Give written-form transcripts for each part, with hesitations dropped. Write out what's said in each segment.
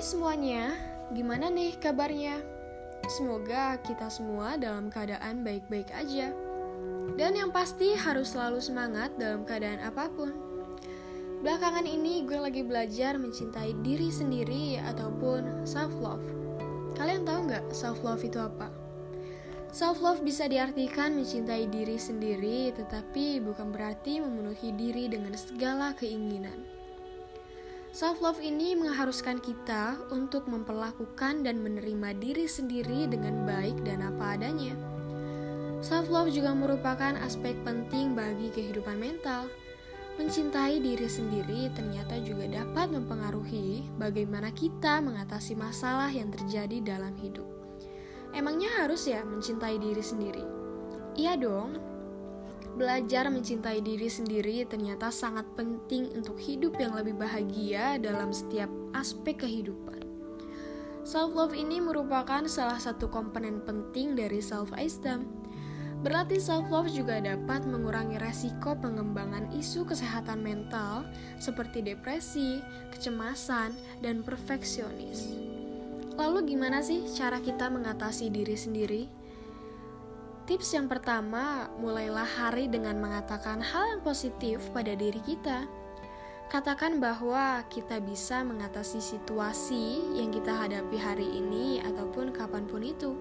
Hai semuanya, gimana nih kabarnya? Semoga kita semua dalam keadaan baik-baik aja. Dan yang pasti harus selalu semangat dalam keadaan apapun. Belakangan ini gue lagi belajar mencintai diri sendiri ataupun self-love. Kalian tahu nggak self-love itu apa? Self-love bisa diartikan mencintai diri sendiri, tetapi bukan berarti memenuhi diri dengan segala keinginan. Self-love ini mengharuskan kita untuk memperlakukan dan menerima diri sendiri dengan baik dan apa adanya. Self-love juga merupakan aspek penting bagi kehidupan mental. Mencintai diri sendiri ternyata juga dapat mempengaruhi bagaimana kita mengatasi masalah yang terjadi dalam hidup. Emangnya harus ya mencintai diri sendiri? Iya dong. Belajar mencintai diri sendiri ternyata sangat penting untuk hidup yang lebih bahagia dalam setiap aspek kehidupan. Self-love ini merupakan salah satu komponen penting dari self-esteem. Berlatih self-love juga dapat mengurangi resiko pengembangan isu kesehatan mental seperti depresi, kecemasan, dan perfeksionis. Lalu gimana sih cara kita mengatasi diri sendiri? Tips yang pertama, mulailah hari dengan mengatakan hal yang positif pada diri kita. Katakan bahwa kita bisa mengatasi situasi yang kita hadapi hari ini ataupun kapanpun itu.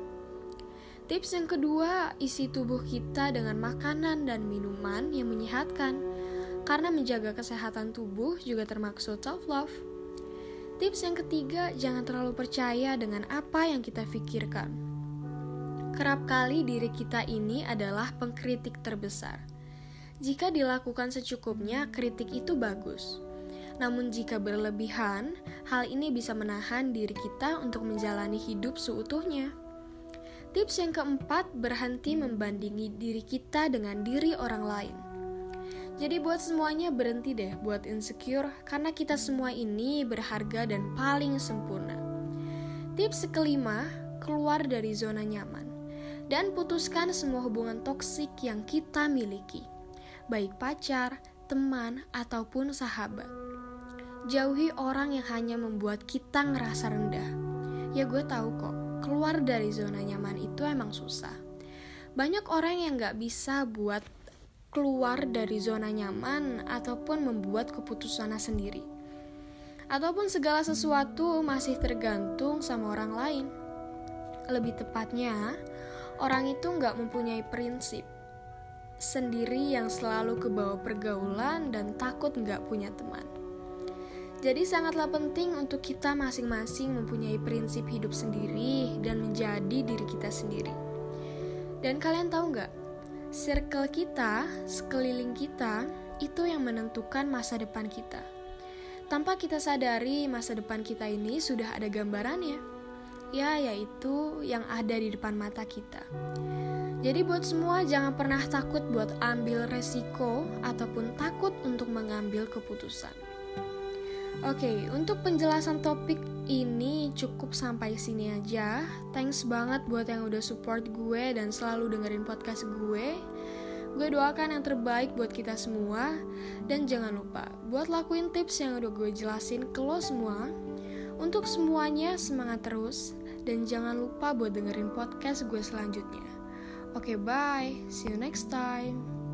Tips yang kedua, isi tubuh kita dengan makanan dan minuman yang menyehatkan, karena menjaga kesehatan tubuh juga termaksud self-love. Tips yang ketiga, jangan terlalu percaya dengan apa yang kita pikirkan. Kerap kali diri kita ini adalah pengkritik terbesar. Jika dilakukan secukupnya, kritik itu bagus. Namun jika berlebihan, hal ini bisa menahan diri kita untuk menjalani hidup seutuhnya. Tips yang keempat, berhenti membandingi diri kita dengan diri orang lain. Jadi buat semuanya berhenti deh buat insecure, karena kita semua ini berharga dan paling sempurna. Tips kelima, keluar dari zona nyaman. Dan putuskan semua hubungan toksik yang kita miliki, baik pacar, teman, ataupun sahabat. Jauhi orang yang hanya membuat kita ngerasa rendah. Ya gue tahu kok, keluar dari zona nyaman itu emang susah. Banyak orang yang gak bisa buat keluar dari zona nyaman ataupun membuat keputusannya sendiri. Ataupun segala sesuatu masih tergantung sama orang lain. Lebih tepatnya, orang itu nggak mempunyai prinsip sendiri yang selalu kebawa pergaulan dan takut nggak punya teman. Jadi sangatlah penting untuk kita masing-masing mempunyai prinsip hidup sendiri dan menjadi diri kita sendiri. Dan kalian tahu nggak, circle kita, sekeliling kita, itu yang menentukan masa depan kita. Tanpa kita sadari, masa depan kita ini sudah ada gambarannya. Ya, yaitu yang ada di depan mata kita. Jadi buat semua jangan pernah takut buat ambil resiko ataupun takut untuk mengambil keputusan. Oke, untuk penjelasan topik ini cukup sampai sini aja. Thanks banget buat yang udah support gue dan selalu dengerin podcast gue. Gue doakan yang terbaik buat kita semua. Dan jangan lupa buat lakuin tips yang udah gue jelasin ke lo semua. Untuk semuanya semangat terus. Dan jangan lupa buat dengerin podcast gue selanjutnya. Oke, bye. See you next time.